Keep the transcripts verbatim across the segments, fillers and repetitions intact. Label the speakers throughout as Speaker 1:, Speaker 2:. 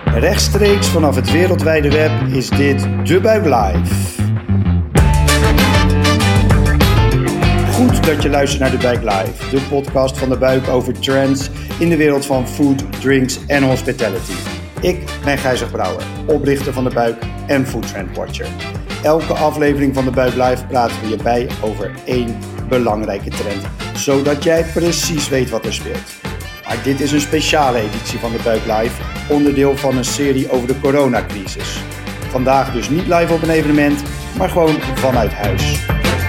Speaker 1: Rechtstreeks vanaf het wereldwijde web is dit De Buik Live. Goed dat je luistert naar De Buik Live, de podcast van De Buik over trends in de wereld van food, drinks en hospitality. Ik ben Gijzer Brouwer, oprichter van De Buik en Food Trend Watcher. Elke aflevering van De Buik Live praten we je bij over één belangrijke trend, zodat jij precies weet wat er speelt. Maar dit is een speciale editie van De Buik Live, onderdeel van een serie over de coronacrisis. Vandaag dus niet live op een evenement, maar gewoon vanuit huis.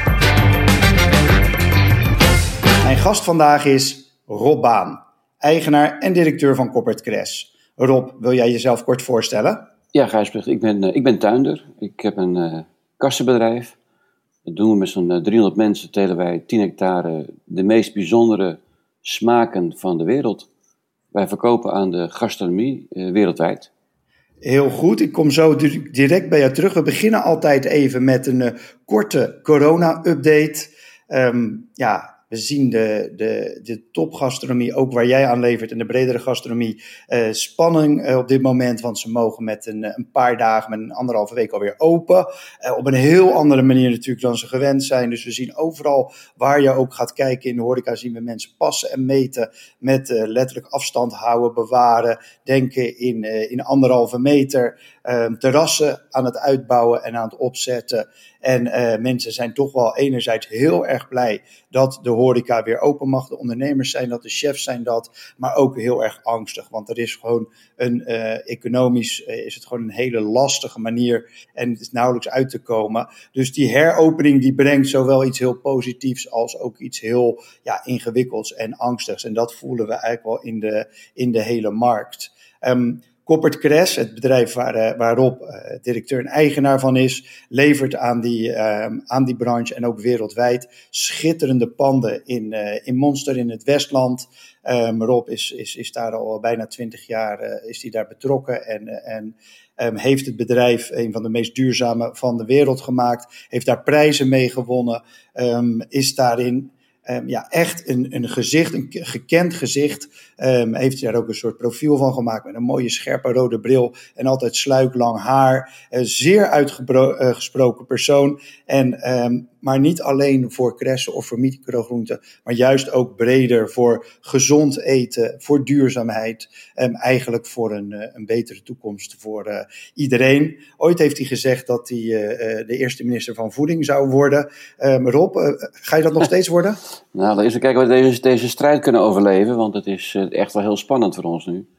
Speaker 1: Mijn gast vandaag is Rob Baan, eigenaar en directeur van Koppert Cres. Rob, wil jij jezelf kort voorstellen?
Speaker 2: Ja, Gijsbrecht, ik ben, uh, ik ben tuinder. Ik heb een uh, kassenbedrijf. Dat doen we met zo'n uh, driehonderd mensen, telen wij tien hectare de meest bijzondere smaken van de wereld. Wij verkopen aan de gastronomie uh, wereldwijd.
Speaker 1: Heel goed, ik kom zo direct bij jou terug. We beginnen altijd even met een uh, korte corona-update. Um, ja, we zien de, de, de topgastronomie, ook waar jij aan levert, en de bredere gastronomie, uh, spanning uh, op dit moment. Want ze mogen met een, een paar dagen, met een anderhalve week alweer open. Uh, op een heel andere manier natuurlijk dan ze gewend zijn. Dus we zien overal waar je ook gaat kijken in de horeca, zien we mensen passen en meten met uh, letterlijk afstand houden, bewaren. Denken in, uh, in anderhalve meter. Uh, terrassen aan het uitbouwen en aan het opzetten. En uh, mensen zijn toch wel enerzijds heel erg blij dat de horeca weer open mag. De ondernemers zijn dat, de chefs zijn dat, maar ook heel erg angstig. Want er is gewoon een, uh, economisch uh, is het gewoon een hele lastige manier en het is nauwelijks uit te komen. Dus die heropening die brengt zowel iets heel positiefs als ook iets heel ja, ingewikkelds en angstigs. En dat voelen we eigenlijk wel in de, in de hele markt. Um, Koppert Cres, het bedrijf waar, uh, waar Rob uh, directeur en eigenaar van is, levert aan die, uh, aan die branche en ook wereldwijd schitterende panden in, uh, in Monster in het Westland. Um, Rob is, is, is daar al bijna twintig jaar uh, is die daar betrokken en, uh, en um, heeft het bedrijf een van de meest duurzame van de wereld gemaakt. Heeft daar prijzen mee gewonnen, um, is daarin Um, ja, echt een, een gezicht, een gekend gezicht. Um, heeft hij daar ook een soort profiel van gemaakt met een mooie scherpe rode bril en altijd sluiklang haar. Uh, zeer uitgesproken uh, persoon. En, um, maar niet alleen voor kressen of voor microgroenten, maar juist ook breder voor gezond eten, voor duurzaamheid. Um, eigenlijk voor een, uh, een betere toekomst voor uh, iedereen. Ooit heeft hij gezegd dat hij uh, de eerste minister van Voeding zou worden. Um, Rob, uh, ga je dat nog steeds worden?
Speaker 2: Nou, dan even kijken of we deze, deze strijd kunnen overleven, want het is uh, echt wel heel spannend voor ons nu.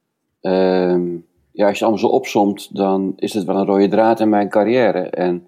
Speaker 2: Um, ja, als je het allemaal zo opsomt, dan is het wel een rode draad in mijn carrière. En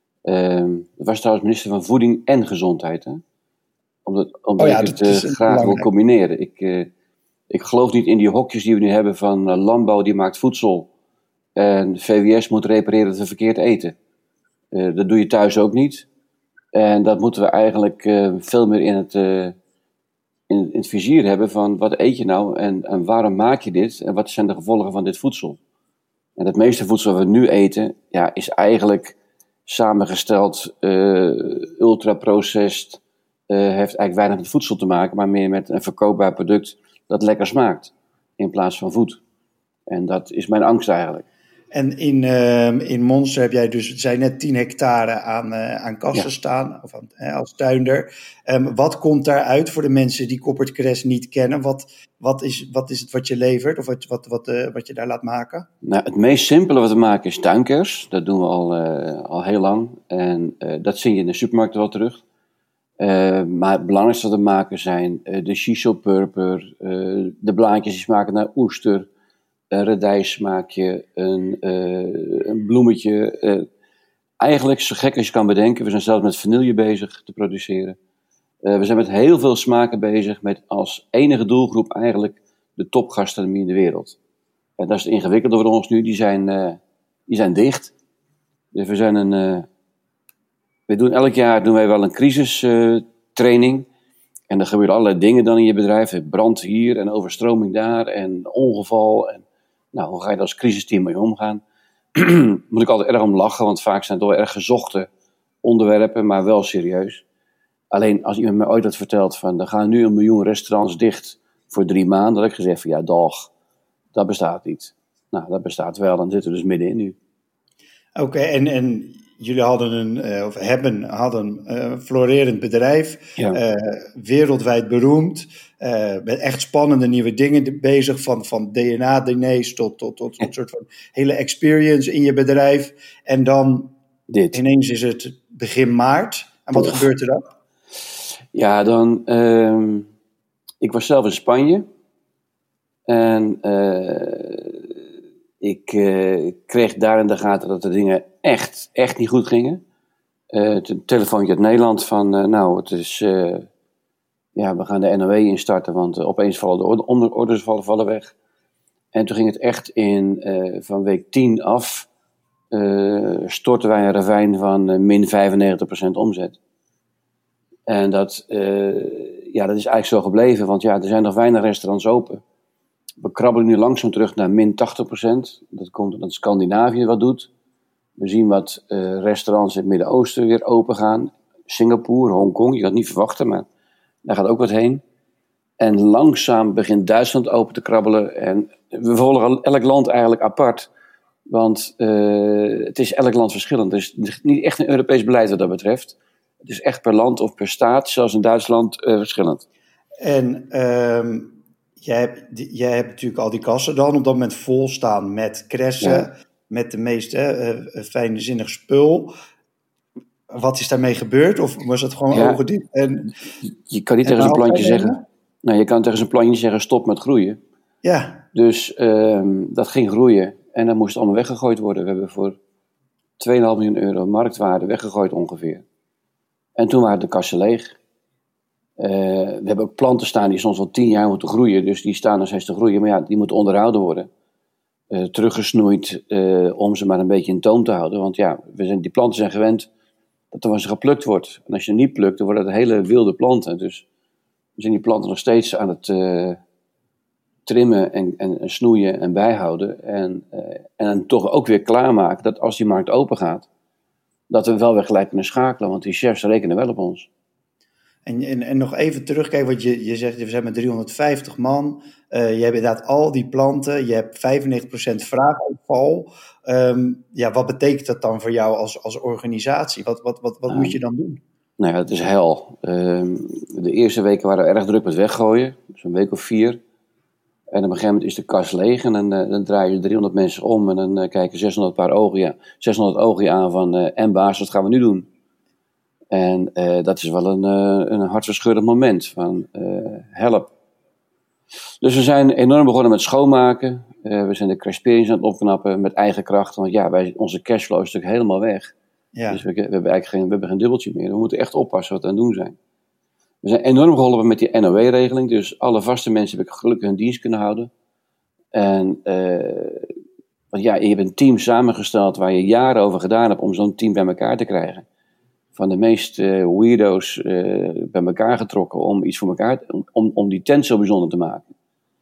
Speaker 2: um, ik was trouwens minister van Voeding en Gezondheid, hè? Omdat, omdat oh ja, ik het uh, graag wil combineren. Ik, uh, ik geloof niet in die hokjes die we nu hebben van uh, landbouw die maakt voedsel en V W S moet repareren dat we verkeerd eten. Uh, dat doe je thuis ook niet. En dat moeten we eigenlijk uh, veel meer in het, uh, in, in het vizier hebben van wat eet je nou en, en waarom maak je dit en wat zijn de gevolgen van dit voedsel. En het meeste voedsel wat we nu eten ja, is eigenlijk samengesteld, uh, ultra-processed, uh, heeft eigenlijk weinig met voedsel te maken, maar meer met een verkoopbaar product dat lekker smaakt in plaats van voed. En dat is mijn angst eigenlijk.
Speaker 1: En in, uh, in Monster heb jij dus, het zijn net tien hectare aan, uh, aan kassen ja. staan, of aan, uh, als tuinder. Um, wat komt daaruit voor de mensen die Koppert Cres niet kennen? Wat, wat, is, wat is het wat je levert of wat, wat, wat, uh, wat je daar laat maken?
Speaker 2: Nou, het meest simpele wat we maken is tuinkers. Dat doen we al, uh, al heel lang. En uh, dat zie je in de supermarkten wel terug. Uh, maar het belangrijkste wat we maken zijn uh, de shiso-purper, uh, de blaadjes die smaken naar oester, een radijssmaakje, een, uh, een bloemetje. Uh, eigenlijk zo gek als je kan bedenken. We zijn zelfs met vanille bezig te produceren. Uh, we zijn met heel veel smaken bezig, met als enige doelgroep eigenlijk de topgastronomie in de wereld. En dat is het ingewikkelde voor ons nu. Die zijn, uh, die zijn dicht. Dus we zijn een... Uh, we doen elk jaar doen wij wel een crisistraining. Uh, en er gebeuren allerlei dingen dan in je bedrijf. Brand hier en overstroming daar en ongeval. En, nou, hoe ga je daar als crisisteam mee omgaan? Moet ik altijd erg om lachen, want vaak zijn het wel erg gezochte onderwerpen, maar wel serieus. Alleen als iemand mij ooit had verteld van, er gaan nu een miljoen restaurants dicht voor drie maanden, had ik gezegd van, ja, dag, dat bestaat niet. Nou, dat bestaat wel, dan zitten we dus middenin nu.
Speaker 1: Oké, okay, en, en jullie hadden een, uh, of hebben, hadden een florerend bedrijf, ja. uh, wereldwijd beroemd, uh, met echt spannende nieuwe dingen bezig, van, van D N A-diners tot, tot, tot ja. een soort van hele experience in je bedrijf. En dan Dit. ineens is het begin maart. En wat Tof. gebeurt er dan?
Speaker 2: Ja, dan, uh, ik was zelf in Spanje en uh, ik uh, kreeg daar in de gaten dat de dingen echt, echt niet goed gingen. Uh, een telefoontje uit Nederland van, uh, nou, het is, uh, ja, we gaan de N O W instarten, want uh, opeens vallen de onder- orders vallen, vallen weg. En toen ging het echt in, uh, van week tien af, uh, stortten wij een ravijn van uh, min vijfennegentig procent omzet. En dat, uh, ja, dat is eigenlijk zo gebleven, want ja, er zijn nog weinig restaurants open. We krabbelen nu langzaam terug naar min tachtig procent. Dat komt omdat Scandinavië wat doet. We zien wat uh, restaurants in het Midden-Oosten weer open gaan. Singapore, Hongkong, je kan het niet verwachten, maar daar gaat ook wat heen. En langzaam begint Duitsland open te krabbelen. En we volgen elk land eigenlijk apart. Want uh, het is elk land verschillend. Dus het is niet echt een Europees beleid wat dat betreft. Het is echt per land of per staat, zoals in Duitsland, uh, verschillend.
Speaker 1: En um, jij, hebt, jij hebt natuurlijk al die kassen dan op dat moment vol staan met kressen, ja. met de meest uh, fijnzinnig spul. Wat is daarmee gebeurd? Of was het gewoon ja. ogen dicht? En,
Speaker 2: je kan niet tegen zo'n plantje zeggen. Nou, je kan tegen zo'n plantje zeggen stop met groeien.
Speaker 1: Ja.
Speaker 2: Dus um, dat ging groeien en dat moest allemaal weggegooid worden. We hebben voor twee komma vijf miljoen euro marktwaarde weggegooid ongeveer. En toen waren de kassen leeg. Uh, we hebben ook planten staan die soms al tien jaar moeten groeien. Dus die staan nog steeds te groeien. Maar ja, die moeten onderhouden worden. Uh, teruggesnoeid uh, om ze maar een beetje in toom te houden. Want ja, we zijn, die planten zijn gewend dat er van ze geplukt wordt. En als je niet plukt, dan worden het hele wilde planten. Dus we zijn die planten nog steeds aan het uh, trimmen en, en, en snoeien en bijhouden. En, uh, en dan toch ook weer klaarmaken dat als die markt open gaat, dat we wel weer gelijk kunnen schakelen, want die chefs rekenen wel op ons.
Speaker 1: En, en, en nog even terugkijken, want je, je zegt, we zijn met driehonderdvijftig man. Uh, je hebt inderdaad al die planten, je hebt vijfennegentig procent vraaguitval. Um, ja, wat betekent dat dan voor jou als, als organisatie? Wat, wat, wat, wat uh, moet je dan doen?
Speaker 2: Nou ja, het is hel. Uh, de eerste weken waren we erg druk met weggooien, dus een week of vier. En op een gegeven moment is de kas leeg en dan, uh, dan draaien driehonderd mensen om en dan uh, kijken zeshonderd paar ogen, ja, zeshonderd ogen aan van uh, en baas, wat gaan we nu doen? En uh, dat is wel een, uh, een hartverscheurend moment van uh, help. Dus we zijn enorm begonnen met schoonmaken. Uh, we zijn de crashperings aan het opknappen met eigen kracht, want ja, wij, onze cashflow is natuurlijk helemaal weg. Ja. Dus we, we hebben eigenlijk geen, we hebben geen dubbeltje meer. We moeten echt oppassen wat we aan het doen zijn. We zijn enorm geholpen met die N O W-regeling. Dus alle vaste mensen heb ik gelukkig hun dienst kunnen houden. En uh, want ja, je hebt een team samengesteld waar je jaren over gedaan hebt om zo'n team bij elkaar te krijgen. Van de meest uh, weirdo's uh, bij elkaar getrokken om iets voor elkaar, om, om die tent zo bijzonder te maken.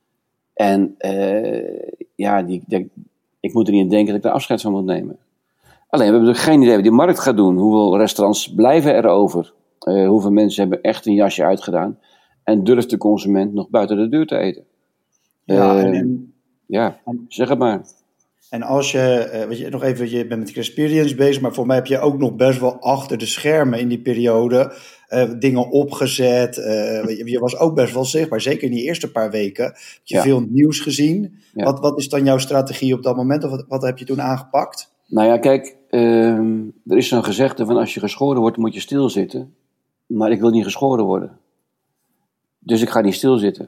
Speaker 2: En uh, ja, die, die, ik moet er niet aan denken dat ik er afscheid van moet nemen. Alleen, we hebben natuurlijk geen idee wat die markt gaat doen. Hoeveel restaurants blijven er over? Uh, hoeveel mensen hebben echt een jasje uitgedaan? En durft de consument nog buiten de deur te eten?
Speaker 1: Ja,
Speaker 2: uh,
Speaker 1: en, en,
Speaker 2: ja en, zeg het maar.
Speaker 1: En als je, uh, weet je, nog even, je bent met Crashperience bezig, maar voor mij heb je ook nog best wel achter de schermen in die periode uh, dingen opgezet. Uh, je, je was ook best wel zichtbaar, zeker in die eerste paar weken. Heb je ja. veel nieuws gezien. Ja. Wat, wat is dan jouw strategie op dat moment? Of wat, wat heb je toen aangepakt?
Speaker 2: Nou ja, kijk, uh, er is zo'n gezegde van als je geschoren wordt, moet je stilzitten. Maar ik wil niet geschoren worden. Dus ik ga niet stilzitten.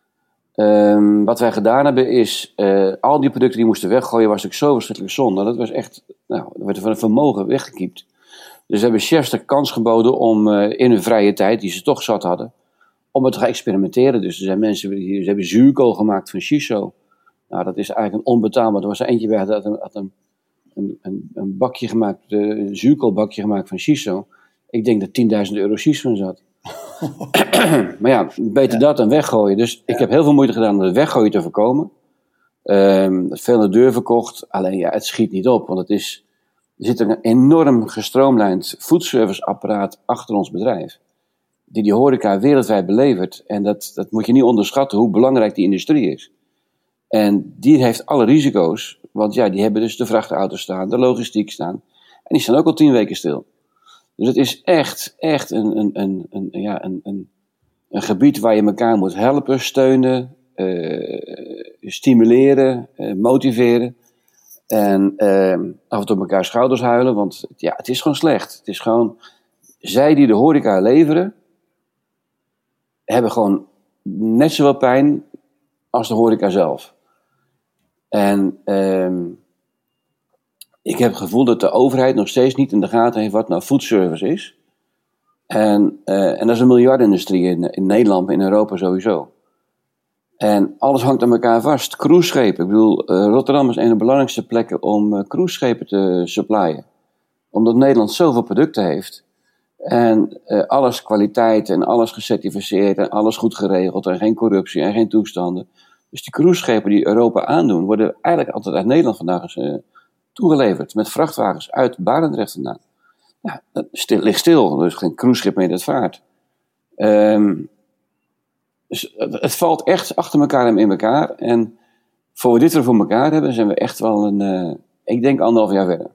Speaker 2: Um, wat wij gedaan hebben is, uh, al die producten die moesten weggooien, was natuurlijk zo verschrikkelijk zonde. Dat was echt, nou, er werd van een vermogen weggekiept. Dus we hebben chefs de kans geboden om uh, in hun vrije tijd, die ze toch zat hadden, om het te gaan experimenteren. Dus er zijn mensen die ze hebben zuurkool gemaakt van shiso. Nou, dat is eigenlijk een onbetaalbaar. Er was er eentje bij, dat had een, had een, een, een, een bakje gemaakt, een zuurkoolbakje gemaakt van shiso. Ik denk dat tienduizend euro shiso in zat. Maar ja, beter ja. dat dan weggooien. Dus ja. ik heb heel veel moeite gedaan om het weggooien te voorkomen. Um, veel naar de deur verkocht. Alleen ja, het schiet niet op. Want het is, er zit een enorm gestroomlijnd foodserviceapparaat achter ons bedrijf. Die die horeca wereldwijd belevert. En dat, dat moet je niet onderschatten hoe belangrijk die industrie is. En die heeft alle risico's, want ja, die hebben dus de vrachtauto's staan, de logistiek staan. En die staan ook al tien weken stil. Dus het is echt, echt een, een, een, een, ja, een, een, een gebied waar je elkaar moet helpen, steunen, uh, stimuleren, uh, motiveren. En uh, af en toe op elkaar schouders huilen, want ja, het is gewoon slecht. Het is gewoon, zij die de horeca leveren, hebben gewoon net zoveel pijn als de horeca zelf. En uh, ik heb het gevoel dat de overheid nog steeds niet in de gaten heeft wat nou foodservice is. En, uh, en dat is een miljardenindustrie in, in Nederland, in Europa sowieso. En alles hangt aan elkaar vast. Cruiseschepen. Ik bedoel, uh, Rotterdam is een van de belangrijkste plekken om uh, cruiseschepen te supplyen. Omdat Nederland zoveel producten heeft. En uh, alles kwaliteit en alles gecertificeerd en alles goed geregeld. En geen corruptie en geen toestanden. Dus die cruiseschepen die Europa aandoen, worden eigenlijk altijd uit Nederland vandaag uh, toegeleverd. Met vrachtwagens uit Barendrecht vandaan. Ja, dat stil, ligt stil. Dus geen cruiseschip meer dat vaart. Um, dus het, het valt echt achter elkaar en in elkaar. En voor we dit er voor elkaar hebben, zijn we echt wel een, uh, ik denk anderhalf jaar verder.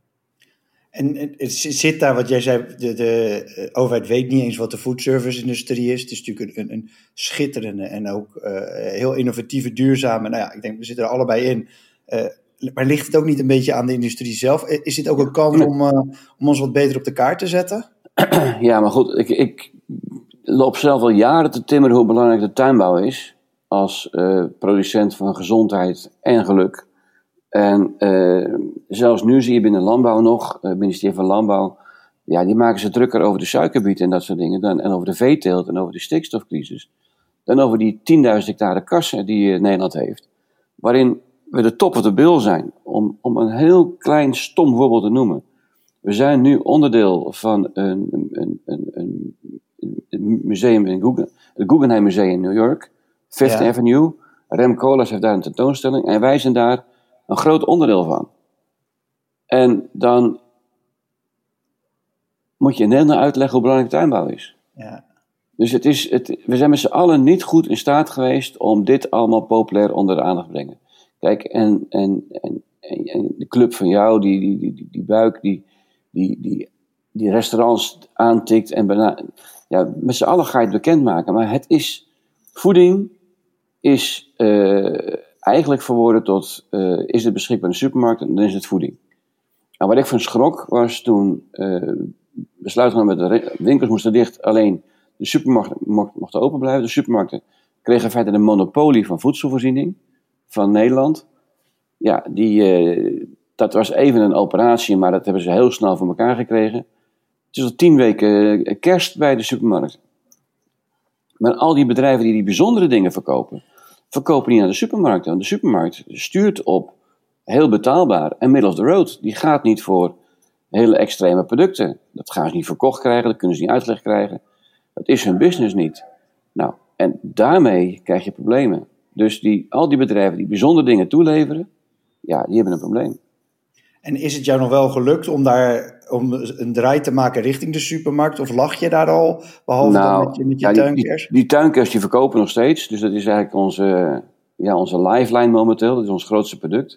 Speaker 1: En het zit daar, wat jij zei, de, de overheid weet niet eens wat de foodservice-industrie is. Het is natuurlijk een, een schitterende en ook uh, heel innovatieve, duurzame. Nou ja, ik denk, we zitten er allebei in. Uh, maar ligt het ook niet een beetje aan de industrie zelf? Is dit ook een kans om, uh, om ons wat beter op de kaart te zetten?
Speaker 2: Ja, maar goed, ik, ik loop zelf al jaren te timmeren hoe belangrijk de tuinbouw is. Als uh, producent van gezondheid en geluk. En uh, zelfs nu zie je binnen landbouw nog, het uh, ministerie van Landbouw, ja, die maken ze drukker over de suikerbieten en dat soort dingen, dan, en over de veeteelt en over de stikstofcrisis, dan over die tienduizend hectare kassen die uh, Nederland heeft, waarin we de top of the bill zijn, om, om een heel klein stom voorbeeld te noemen. We zijn nu onderdeel van een, een, een, een, een museum in Guggen, het Guggenheim Museum in New York, Fifth ja. Avenue, Rem Koolhaas heeft daar een tentoonstelling en wij zijn daar een groot onderdeel van. En dan moet je in Nederland uitleggen hoe belangrijk tuinbouw is. Ja. Dus het is, het, we zijn met z'n allen niet goed in staat geweest om dit allemaal populair onder de aandacht te brengen. Kijk, en, en, en, en de club van jou, die, die, die, die, die buik, die, die, die, die restaurants aantikt. En bena- ja, met z'n allen ga je het bekendmaken. Maar het is, voeding is uh, eigenlijk verworden tot, uh, is het beschikbaar in de supermarkt en dan is het voeding. Nou, wat ik van schrok was toen uh, besluit genomen met de winkels moesten dicht, alleen de supermarkten mochten open blijven. De supermarkten kregen in feite een monopolie van voedselvoorziening van Nederland. Ja, die, uh, dat was even een operatie, maar dat hebben ze heel snel voor elkaar gekregen. Het is al tien weken kerst bij de supermarkt. Maar al die bedrijven die die bijzondere dingen verkopen, verkopen niet aan de supermarkten. Want de supermarkt stuurt op heel betaalbaar en middle of the road. Die gaat niet voor hele extreme producten. Dat gaan ze niet verkocht krijgen, dat kunnen ze niet uitgelegd krijgen. Dat is hun business niet. Nou, en daarmee krijg je problemen. Dus die, al die bedrijven die bijzondere dingen toeleveren, ja, die hebben een probleem.
Speaker 1: En is het jou nog wel gelukt om daar om een draai te maken richting de supermarkt? Of lag je daar al, behalve
Speaker 2: nou,
Speaker 1: dan met je, met je
Speaker 2: ja,
Speaker 1: tuinkers?
Speaker 2: Die, die, die tuinkers die verkopen nog steeds. Dus dat is eigenlijk onze, ja, onze lifeline momenteel. Dat is ons grootste product.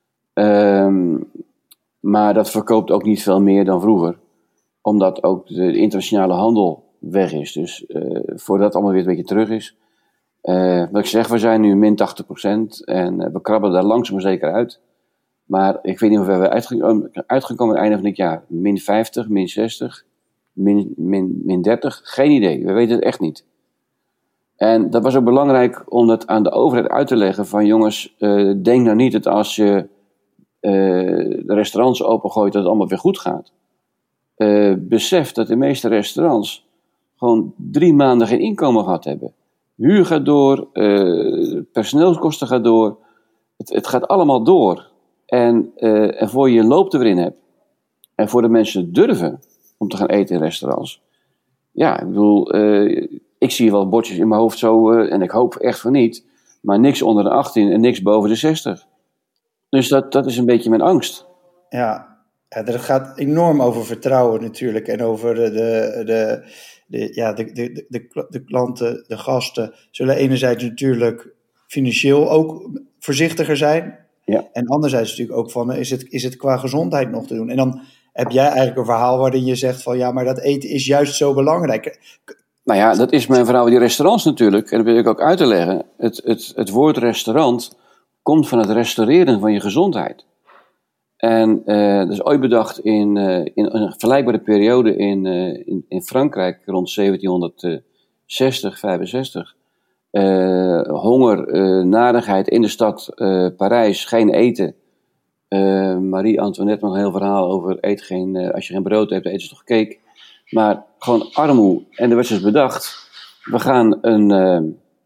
Speaker 2: Um, maar dat verkoopt ook niet veel meer dan vroeger. Omdat ook de internationale handel weg is. Dus uh, voordat het allemaal weer een beetje terug is. Uh, wat ik zeg, we zijn nu min tachtig procent. En uh, we krabbelen daar langzaam maar zeker uit. Maar ik weet niet of we uitgekomen uitgekomen aan het einde van dit jaar. Min vijftig, min zestig, min, min, min dertig. Geen idee, we weten het echt niet. En dat was ook belangrijk om dat aan de overheid uit te leggen. Van jongens, uh, denk nou niet dat als je uh, de restaurants opengooit dat het allemaal weer goed gaat. Uh, besef dat de meeste restaurants gewoon drie maanden geen inkomen gehad hebben. Huur gaat door, uh, personeelskosten gaat door. Het, het gaat allemaal door. En, uh, en voor je een loop er weer in hebt. En voor de mensen durven om te gaan eten in restaurants. Ja, ik bedoel, uh, ik zie wel bordjes in mijn hoofd zo, uh, en ik hoop echt van niet. Maar niks onder de achttien en niks boven de zestig. Dus dat, dat is een beetje mijn angst.
Speaker 1: Ja, ja, dat gaat enorm over vertrouwen natuurlijk. En over de, de, de, de, ja, de, de, de, de klanten, de gasten. Zullen enerzijds natuurlijk financieel ook voorzichtiger zijn.
Speaker 2: Ja.
Speaker 1: En anderzijds natuurlijk ook van, is het, is het qua gezondheid nog te doen? En dan heb jij eigenlijk een verhaal waarin je zegt van, ja, maar dat eten is juist zo belangrijk.
Speaker 2: Nou ja, dat is mijn verhaal met die restaurants natuurlijk. En dat wil ik ook uit te leggen. Het, het, het woord restaurant komt van het restaureren van je gezondheid. En uh, dat is ooit bedacht in, uh, in een vergelijkbare periode in, uh, in, in Frankrijk rond zeventienhonderdzestig, vijfenzestig. Uh, honger, uh, narigheid in de stad uh, Parijs, geen eten. Uh, Marie-Antoinette nog een heel verhaal over eet geen, uh, als je geen brood hebt, eet ze toch cake. Maar gewoon armoe. En er werd dus bedacht, we gaan een, uh,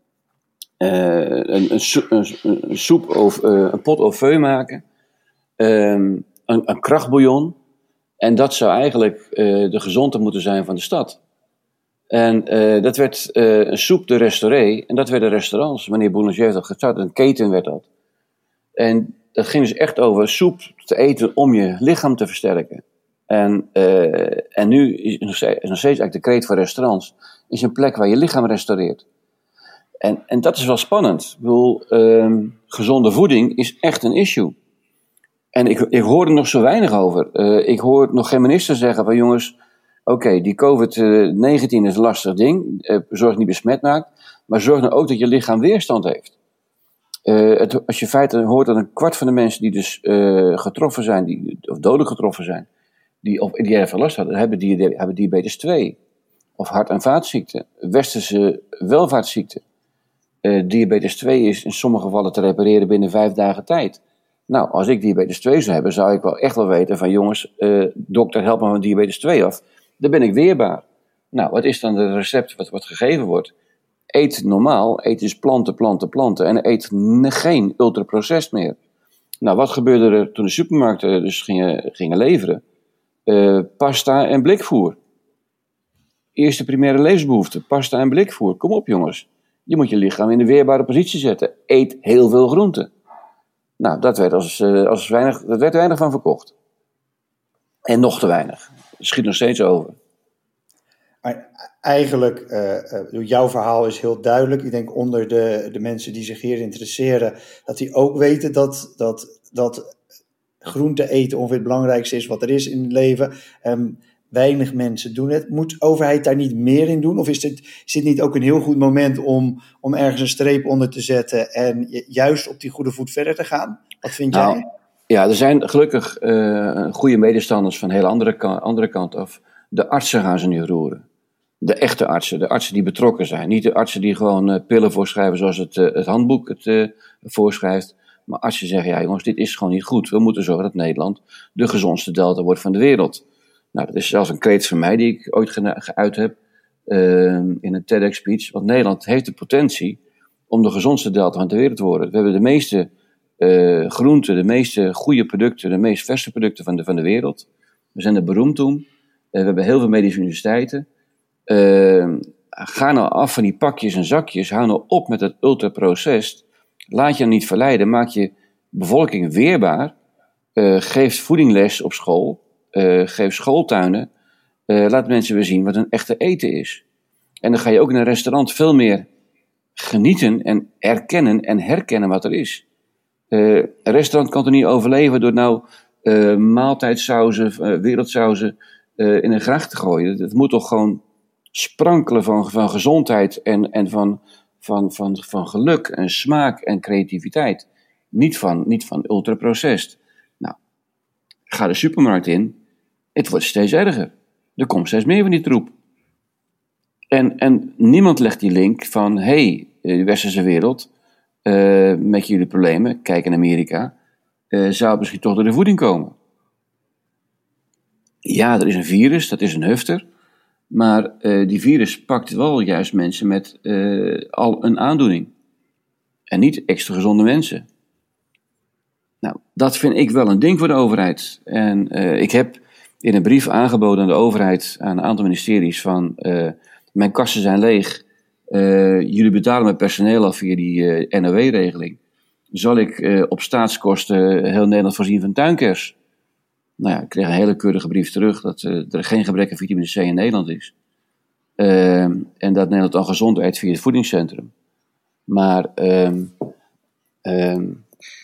Speaker 2: uh, een, een, soep, een, een soep of uh, een pot au feu maken. Um, een, een krachtbouillon. En dat zou eigenlijk uh, de gezondheid moeten zijn van de stad. En uh, dat werd uh, een soep de restauré. En dat werden restaurants. Meneer Boulanger heeft dat gestart. Een keten werd dat. En dat ging dus echt over soep te eten om je lichaam te versterken. En, uh, en nu is nog steeds, is nog steeds eigenlijk de kreet van restaurants. Is een plek waar je lichaam restaureert. En, en dat is wel spannend. Ik bedoel, um, gezonde voeding is echt een issue. En ik, ik hoor er nog zo weinig over. Uh, ik hoor nog geen minister zeggen van jongens, oké, okay, die covid negentien is een lastig ding. Uh, zorg dat je niet besmet maakt. Maar zorg nou ook dat je lichaam weerstand heeft. Uh, het, als je feiten hoort dat een kwart van de mensen die dus uh, getroffen zijn, die, of dodelijk getroffen zijn, die of die ervan last hadden, hebben, die, hebben diabetes twee. Of hart- en vaatziekten. Westerse welvaartsziekten. Uh, diabetes twee is in sommige gevallen te repareren binnen vijf dagen tijd. Nou, als ik diabetes twee zou hebben, zou ik wel echt wel weten van jongens, uh, dokter, help me van diabetes twee af. Dan ben ik weerbaar. Nou, wat is dan het recept wat, wat gegeven wordt? Eet normaal, eet dus planten, planten, planten. En eet ne- geen ultraprocessed meer. Nou, wat gebeurde er toen de supermarkten dus gingen, gingen leveren? Uh, pasta en blikvoer. Eerste primaire levensbehoefte, pasta en blikvoer. Kom op jongens. Je moet je lichaam in de weerbare positie zetten. Eet heel veel groenten. Nou, dat werd, als, uh, als weinig, dat werd weinig van verkocht. En nog te weinig. Het schiet nog steeds over.
Speaker 1: Maar eigenlijk, uh, uh, jouw verhaal is heel duidelijk. Ik denk onder de, de mensen die zich hier interesseren, dat die ook weten dat, dat, dat groente eten ongeveer het belangrijkste is wat er is in het leven. Um, weinig mensen doen het. Moet de overheid daar niet meer in doen? Of is dit, is dit niet ook een heel goed moment om, om ergens een streep onder te zetten en juist op die goede voet verder te gaan? Wat vind
Speaker 2: nou,
Speaker 1: jij?
Speaker 2: Ja, er zijn gelukkig uh, goede medestanders van een hele andere, ka- andere kant af. De artsen gaan ze nu roeren. De echte artsen, de artsen die betrokken zijn. Niet de artsen die gewoon uh, pillen voorschrijven zoals het, uh, het handboek het uh, voorschrijft. Maar artsen zeggen, ja jongens, dit is gewoon niet goed. We moeten zorgen dat Nederland de gezondste delta wordt van de wereld. Nou, dat is zelfs een kreet van mij die ik ooit ge- geuit heb uh, in een TEDx-speech. Want Nederland heeft de potentie om de gezondste delta van de wereld te worden. We hebben de meeste uh, groenten, de meeste goede producten, de meest verse producten van de, van de wereld. We zijn er beroemd om. Uh, we hebben heel veel medische universiteiten. Uh, ga nou af van die pakjes en zakjes. Hou nou op met het ultraprocessed. Laat je niet verleiden. Maak je bevolking weerbaar. Uh, geef voedingles op school. Uh, geef schooltuinen. Uh, laat mensen weer zien wat een echte eten is. En dan ga je ook in een restaurant veel meer genieten en erkennen en herkennen wat er is. Uh, een restaurant kan er niet overleven door nou uh, maaltijdsauzen, uh, wereldsauzen uh, in een gracht te gooien. Het moet toch gewoon sprankelen van, van gezondheid en, en van, van, van, van geluk en smaak en creativiteit. Niet van, niet van ultraprocessed. Nou, ga de supermarkt in. Het wordt steeds erger. Er komt steeds meer van die troep. En, en niemand legt die link van, hé, hey, de westerse wereld, uh, met jullie problemen, kijk in Amerika, uh, zou het misschien toch door de voeding komen. Ja, er is een virus, dat is een hufter. Maar uh, die virus pakt wel juist mensen met uh, al een aandoening. En niet extra gezonde mensen. Nou, dat vind ik wel een ding voor de overheid. En uh, ik heb in een brief aangeboden aan de overheid, aan een aantal ministeries, van uh, mijn kassen zijn leeg. Uh, jullie betalen mijn personeel al via die uh, N O W-regeling. Zal ik uh, op staatskosten heel Nederland voorzien van tuinkers? Nou ja, ik kreeg een hele keurige brief terug dat uh, er geen gebrek aan vitamine C in Nederland is. Uh, en dat Nederland al gezond eet via het voedingscentrum. Maar um, um,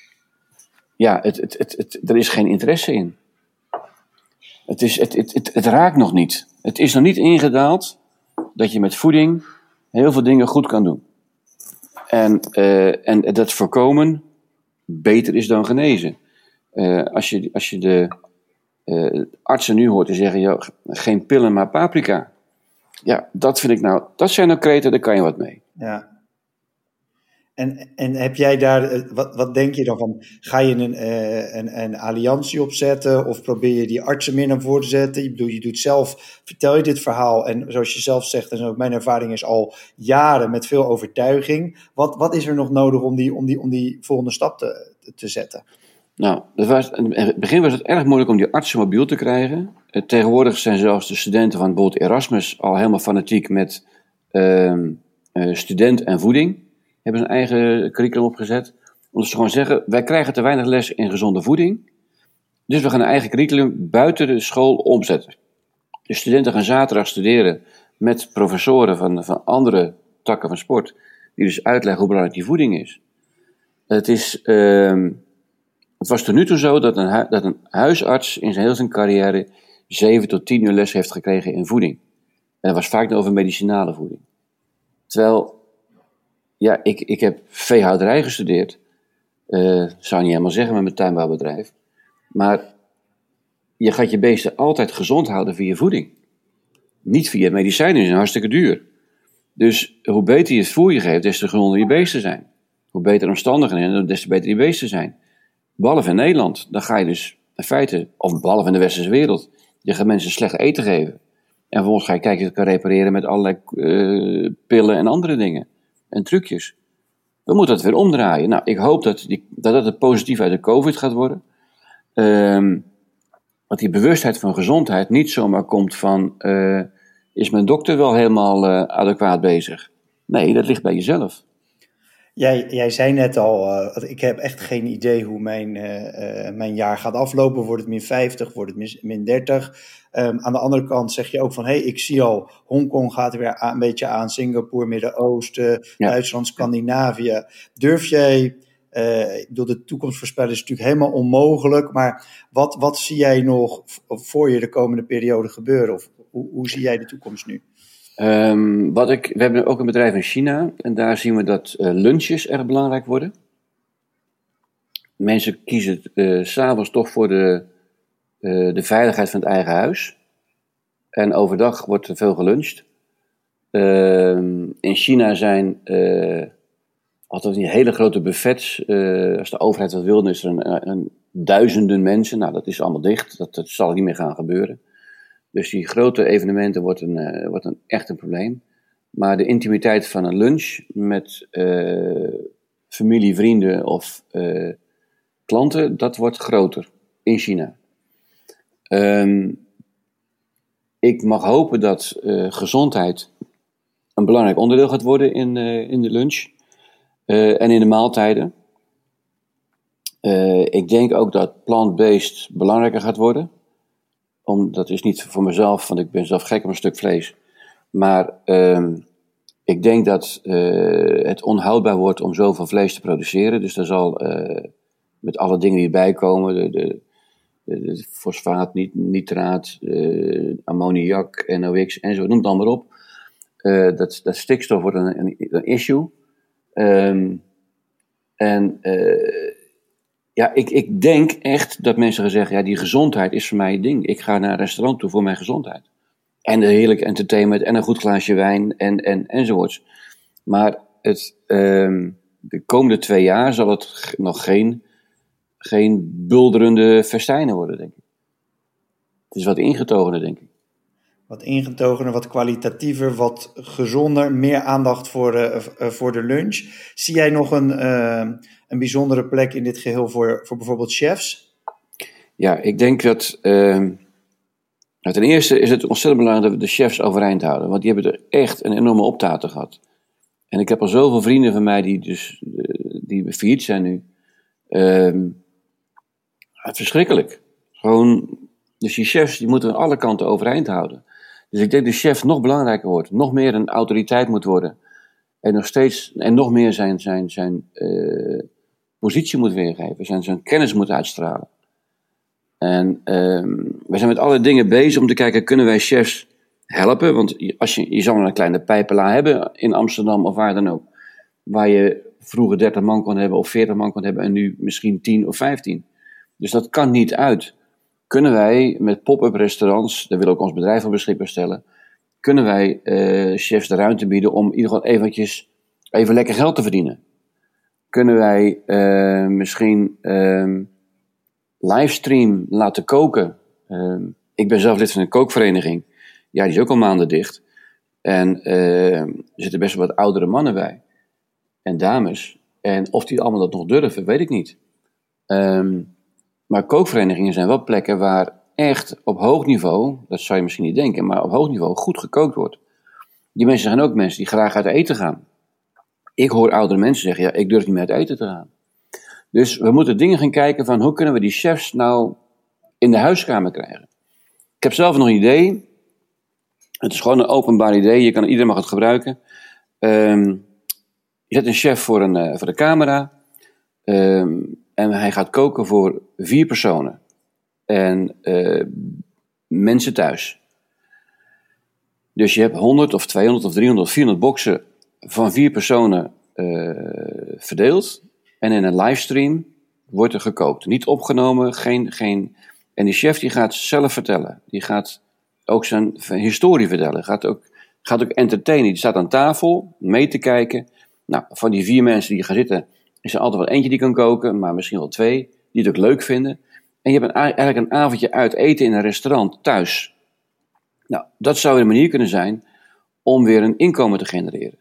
Speaker 2: ja, het, het, het, het, er is geen interesse in. Het, is, het, het, het, het raakt nog niet. Het is nog niet ingedaald dat je met voeding heel veel dingen goed kan doen. En, uh, en dat voorkomen beter is dan genezen. Uh, als, je, als je de uh, artsen nu hoort te zeggen, joh, geen pillen maar paprika. Ja, dat vind ik nou, dat zijn nou kreten, daar kan je wat mee.
Speaker 1: Ja. En, en heb jij daar, wat, wat denk je dan van, ga je een, uh, een, een alliantie opzetten of probeer je die artsen meer naar voren te zetten? Je bedoel, je doet zelf, vertel je dit verhaal en zoals je zelf zegt, en ook mijn ervaring is al jaren met veel overtuiging. Wat, wat is er nog nodig om die, om die, om die volgende stap te, te zetten?
Speaker 2: Nou, dat was, in het begin was het erg moeilijk om die artsen mobiel te krijgen. Uh, tegenwoordig zijn zelfs de studenten van bijvoorbeeld Erasmus al helemaal fanatiek met uh, uh, student en voeding. Hebben een eigen curriculum opgezet. Omdat ze gewoon zeggen, wij krijgen te weinig les in gezonde voeding. Dus we gaan een eigen curriculum buiten de school omzetten. De studenten gaan zaterdag studeren met professoren van, van andere takken van sport. Die dus uitleggen hoe belangrijk die voeding is. Het is... Uh, Het was tot nu toe zo dat een, hu- dat een huisarts in zijn heel zijn carrière zeven tot tien uur les heeft gekregen in voeding. En dat was vaak over medicinale voeding. Terwijl, ja, ik, ik heb veehouderij gestudeerd. Uh, zou niet helemaal zeggen met mijn tuinbouwbedrijf. Maar je gaat je beesten altijd gezond houden via voeding. Niet via medicijnen, die zijn hartstikke duur. Dus hoe beter je het voer je geeft, des te gezonder je beesten zijn. Hoe beter omstandigheden, des te beter die beesten zijn. Behalve in Nederland, dan ga je dus in feite, of behalve in de westerse wereld, je gaat mensen slecht eten geven. En vervolgens ga je kijken of je het kan repareren met allerlei uh, pillen en andere dingen. En trucjes. We moeten het weer omdraaien. Nou, ik hoop dat die, dat, dat het positief uit de COVID gaat worden. Um, dat die bewustheid van gezondheid niet zomaar komt van, uh, is mijn dokter wel helemaal uh, adequaat bezig? Nee, dat ligt bij jezelf.
Speaker 1: Jij, jij zei net al, uh, ik heb echt geen idee hoe mijn, uh, uh, mijn jaar gaat aflopen. Wordt het min vijftig, wordt het min, min dertig? Um, aan de andere kant zeg je ook van, hé, hey, ik zie al, Hongkong gaat er weer aan, een beetje aan, Singapore, Midden-Oosten, ja. Duitsland, Scandinavië. Durf jij, uh, ik bedoel, de toekomst voorspellen is natuurlijk helemaal onmogelijk, maar wat, wat zie jij nog voor je de komende periode gebeuren? Of hoe, hoe zie jij de toekomst nu?
Speaker 2: Um, wat ik, we hebben ook een bedrijf in China en daar zien we dat uh, lunches erg belangrijk worden. Mensen kiezen uh, 's avonds toch voor de, uh, de veiligheid van het eigen huis. En overdag wordt er veel geluncht. Uh, in China zijn uh, altijd die hele grote buffets. Uh, als de overheid dat wil, dan is er een, een duizenden mensen. Nou, dat is allemaal dicht. Dat, dat zal niet meer gaan gebeuren. Dus die grote evenementen wordt een, uh, wordt een echt een probleem. Maar de intimiteit van een lunch met uh, familie, vrienden of uh, klanten, dat wordt groter in China. Um, ik mag hopen dat uh, gezondheid een belangrijk onderdeel gaat worden in, uh, in de lunch uh, en in de maaltijden. Uh, ik denk ook dat plant-based belangrijker gaat worden. Om, dat is niet voor mezelf, want ik ben zelf gek op een stuk vlees. Maar um, ik denk dat uh, het onhoudbaar wordt om zoveel vlees te produceren. Dus daar zal uh, met alle dingen die erbij komen, de, de, de, de fosfaat, nitraat, uh, ammoniak, N O X en zo, noem het allemaal op. Uh, dat, dat stikstof wordt een, een, een issue. Um, en... Uh, Ja, ik, ik denk echt dat mensen gaan zeggen, ja, die gezondheid is voor mij een ding. Ik ga naar een restaurant toe voor mijn gezondheid. En een heerlijk entertainment en een goed glaasje wijn en, en, enzovoorts. Maar het, um, de komende twee jaar zal het g- nog geen, geen bulderende festijnen worden, denk ik. Het is wat ingetogener, denk ik.
Speaker 1: Wat ingetogener, wat kwalitatiever, wat gezonder, meer aandacht voor, uh, voor de lunch. Zie jij nog een, uh, een bijzondere plek in dit geheel voor, voor bijvoorbeeld chefs?
Speaker 2: Ja, ik denk dat... Uh, nou, ten eerste is het ontzettend belangrijk dat we de chefs overeind houden. Want die hebben er echt een enorme optaten gehad. En ik heb al zoveel vrienden van mij die dus uh, die failliet zijn nu. Uh, het is verschrikkelijk. Gewoon, dus die chefs die moeten aan alle kanten overeind houden. Dus ik denk dat de chef nog belangrijker wordt. Nog meer een autoriteit moet worden. En nog steeds, en nog meer zijn, zijn, zijn uh, positie moet weergeven. Zijn, zijn kennis moet uitstralen. En um, we zijn met alle dingen bezig om te kijken, kunnen wij chefs helpen? Want als je, je zal een kleine pijpela hebben in Amsterdam of waar dan ook. Waar je vroeger dertig man kon hebben of veertig man kon hebben en nu misschien tien of vijftien. Dus dat kan niet uit. Kunnen wij met pop-up restaurants, daar willen we ook ons bedrijf voor beschikbaar stellen, kunnen wij uh, chefs de ruimte bieden om in ieder geval eventjes even lekker geld te verdienen? Kunnen wij uh, misschien uh, livestream laten koken? Uh, ik ben zelf lid van een kookvereniging. Ja, die is ook al maanden dicht. En uh, er zitten best wel wat oudere mannen bij. En dames. En of die allemaal dat nog durven, weet ik niet. Um, maar kookverenigingen zijn wel plekken waar echt op hoog niveau, dat zou je misschien niet denken, maar op hoog niveau goed gekookt wordt. Die mensen zijn ook mensen die graag uit eten gaan. Ik hoor oudere mensen zeggen, ja, ik durf niet meer uit eten te gaan. Dus we moeten dingen gaan kijken van, hoe kunnen we die chefs nou in de huiskamer krijgen? Ik heb zelf nog een idee. Het is gewoon een openbaar idee, je kan, iedereen mag het gebruiken. Um, je zet een chef voor, een, uh, voor de camera. Um, en hij gaat koken voor vier personen. En uh, mensen thuis. Dus je hebt honderd of tweehonderd of driehonderd of vierhonderd boxen van vier personen uh, verdeeld. En in een livestream wordt er gekookt. Niet opgenomen, geen, geen... En die chef die gaat zelf vertellen. Die gaat ook zijn historie vertellen. Gaat ook, gaat ook entertainen. Die staat aan tafel mee te kijken. Nou, van die vier mensen die gaan zitten, is er altijd wel eentje die kan koken, maar misschien wel twee, die het ook leuk vinden. En je hebt een, eigenlijk een avondje uit eten in een restaurant thuis. Nou, dat zou een manier kunnen zijn om weer een inkomen te genereren.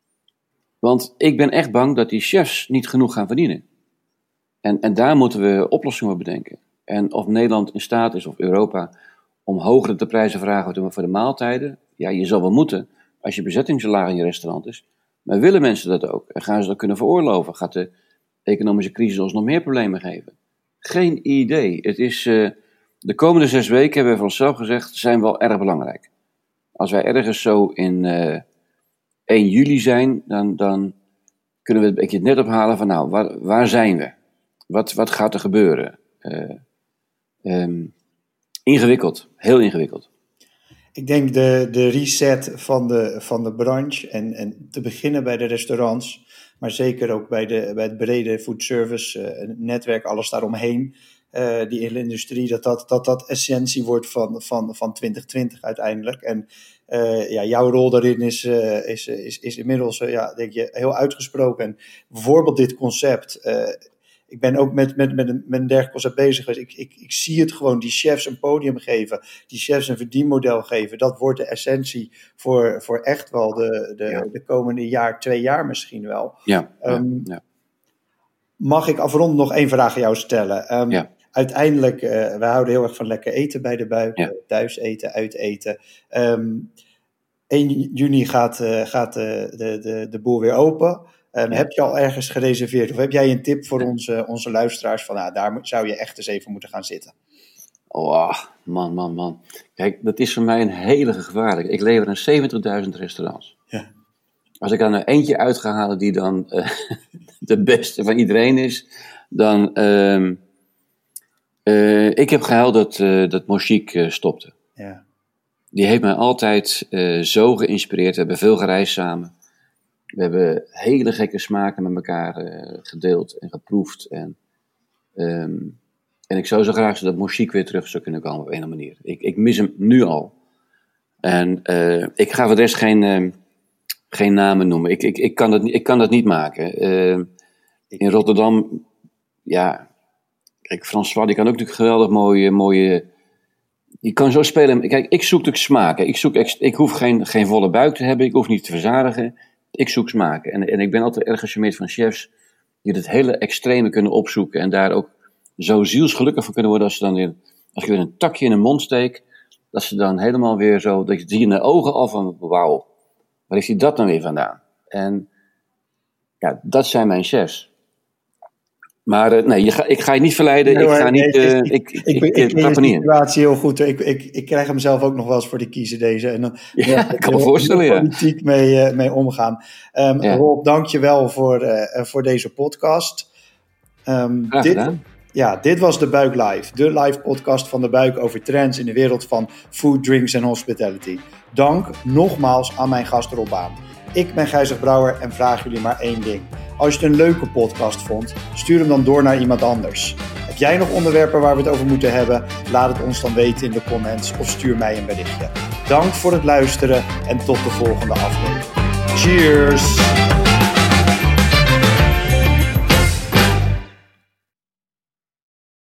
Speaker 2: Want ik ben echt bang dat die chefs niet genoeg gaan verdienen. En, en daar moeten we oplossingen voor bedenken. En of Nederland in staat is, of Europa, om hogere te prijzen vragen voor de maaltijden. Ja, je zal wel moeten, als je bezetting zo laag in je restaurant is. Maar willen mensen dat ook? En gaan ze dat kunnen veroorloven? Gaat de economische crisis ons nog meer problemen geven? Geen idee. Het is, uh, de komende zes weken, hebben we van onszelf gezegd, zijn wel erg belangrijk. Als wij ergens zo in uh, één juli zijn, dan, dan kunnen we het een beetje net ophalen van, nou, waar, waar zijn we? Wat, wat gaat er gebeuren? Uh, um, ingewikkeld. Heel ingewikkeld.
Speaker 1: Ik denk de, de reset van de, van de branche en, en te beginnen bij de restaurants, maar zeker ook bij, de, bij het brede foodservice uh, netwerk, alles daaromheen, uh, die hele industrie, dat dat, dat dat essentie wordt van, van, van twintig twintig uiteindelijk. En uh, ja, jouw rol daarin is, uh, is, is, is inmiddels uh, ja, denk je, heel uitgesproken. En bijvoorbeeld dit concept. Uh, Ik ben ook met, met, met, een, met een dergelijk concept bezig geweest. Ik, ik, ik zie het gewoon, die chefs een podium geven, die chefs een verdienmodel geven. Dat wordt de essentie voor, voor echt wel de, de, ja. de komende jaar, twee jaar misschien wel.
Speaker 2: Ja,
Speaker 1: um,
Speaker 2: ja, ja.
Speaker 1: Mag ik afrondend nog één vraag aan jou stellen? Um, ja. Uiteindelijk, uh, we houden heel erg van lekker eten bij de buik. Ja. Thuis eten, uit eten. Um, één juni gaat, uh, gaat de, de, de, de boel weer open. Um, ja. Heb je al ergens gereserveerd? Of heb jij een tip voor onze, onze luisteraars van, nou, daar zou je echt eens even moeten gaan zitten?
Speaker 2: Oh, man, man, man. Kijk, dat is voor mij een hele gevaarlijke. Ik lever aan zeventigduizend restaurants. Ja. Als ik er nou eentje uit ga halen die dan uh, de beste van iedereen is, dan... Uh, uh, ik heb gehuild dat, uh, dat Mochique uh, stopte. Ja. Die heeft mij altijd uh, zo geïnspireerd. We hebben veel gereisd samen. We hebben hele gekke smaken met elkaar uh, gedeeld en geproefd. En, um, en ik zou zo graag dat Mochique weer terug zou kunnen komen op een of andere manier. Ik, ik mis hem nu al. En uh, ik ga voor de rest geen, uh, geen namen noemen. Ik, ik, ik, kan dat, ik kan dat niet maken. Uh, in Rotterdam, ja... Kijk, François, die kan ook natuurlijk geweldig mooie... mooie die kan zo spelen. Kijk, ik zoek natuurlijk smaken. Ik, zoek, ik, ik hoef geen, geen volle buik te hebben. Ik hoef niet te verzadigen. Ik zoek smaken. En, en ik ben altijd erg gecharmeerd van chefs die het hele extreme kunnen opzoeken en daar ook zo zielsgelukkig van kunnen worden als ze dan weer, als je weer een takje in hun mond steekt, dat ze dan helemaal weer zo, dat je zie in de ogen al van, wauw, waar heeft hij dat dan weer vandaan? En ja, dat zijn mijn chefs. Maar uh, nee, je ga, ik ga je niet verleiden. Nee, ik ga niet. Uh, ik ik, ik, ik, ik trap er niet in.
Speaker 1: De situatie heel goed. Ik, ik, ik krijg hem zelf ook nog wel eens voor de kiezen deze. En dan,
Speaker 2: ja, ja, ik kan me voorstellen. Ja.
Speaker 1: Politiek mee, uh, mee omgaan. Um, ja. Rob, dank je wel voor, uh, voor deze podcast. Um,
Speaker 2: Graag
Speaker 1: dit,
Speaker 2: gedaan.
Speaker 1: Ja, dit was De Buik Live. De live podcast van De Buik over trends in de wereld van food, drinks en hospitality. Dank nogmaals aan mijn gast Rob Baan. Ik ben Gijzig Brouwer en vraag jullie maar één ding. Als je het een leuke podcast vond, stuur hem dan door naar iemand anders. Heb jij nog onderwerpen waar we het over moeten hebben? Laat het ons dan weten in de comments of stuur mij een berichtje. Dank voor het luisteren en tot de volgende aflevering. Cheers!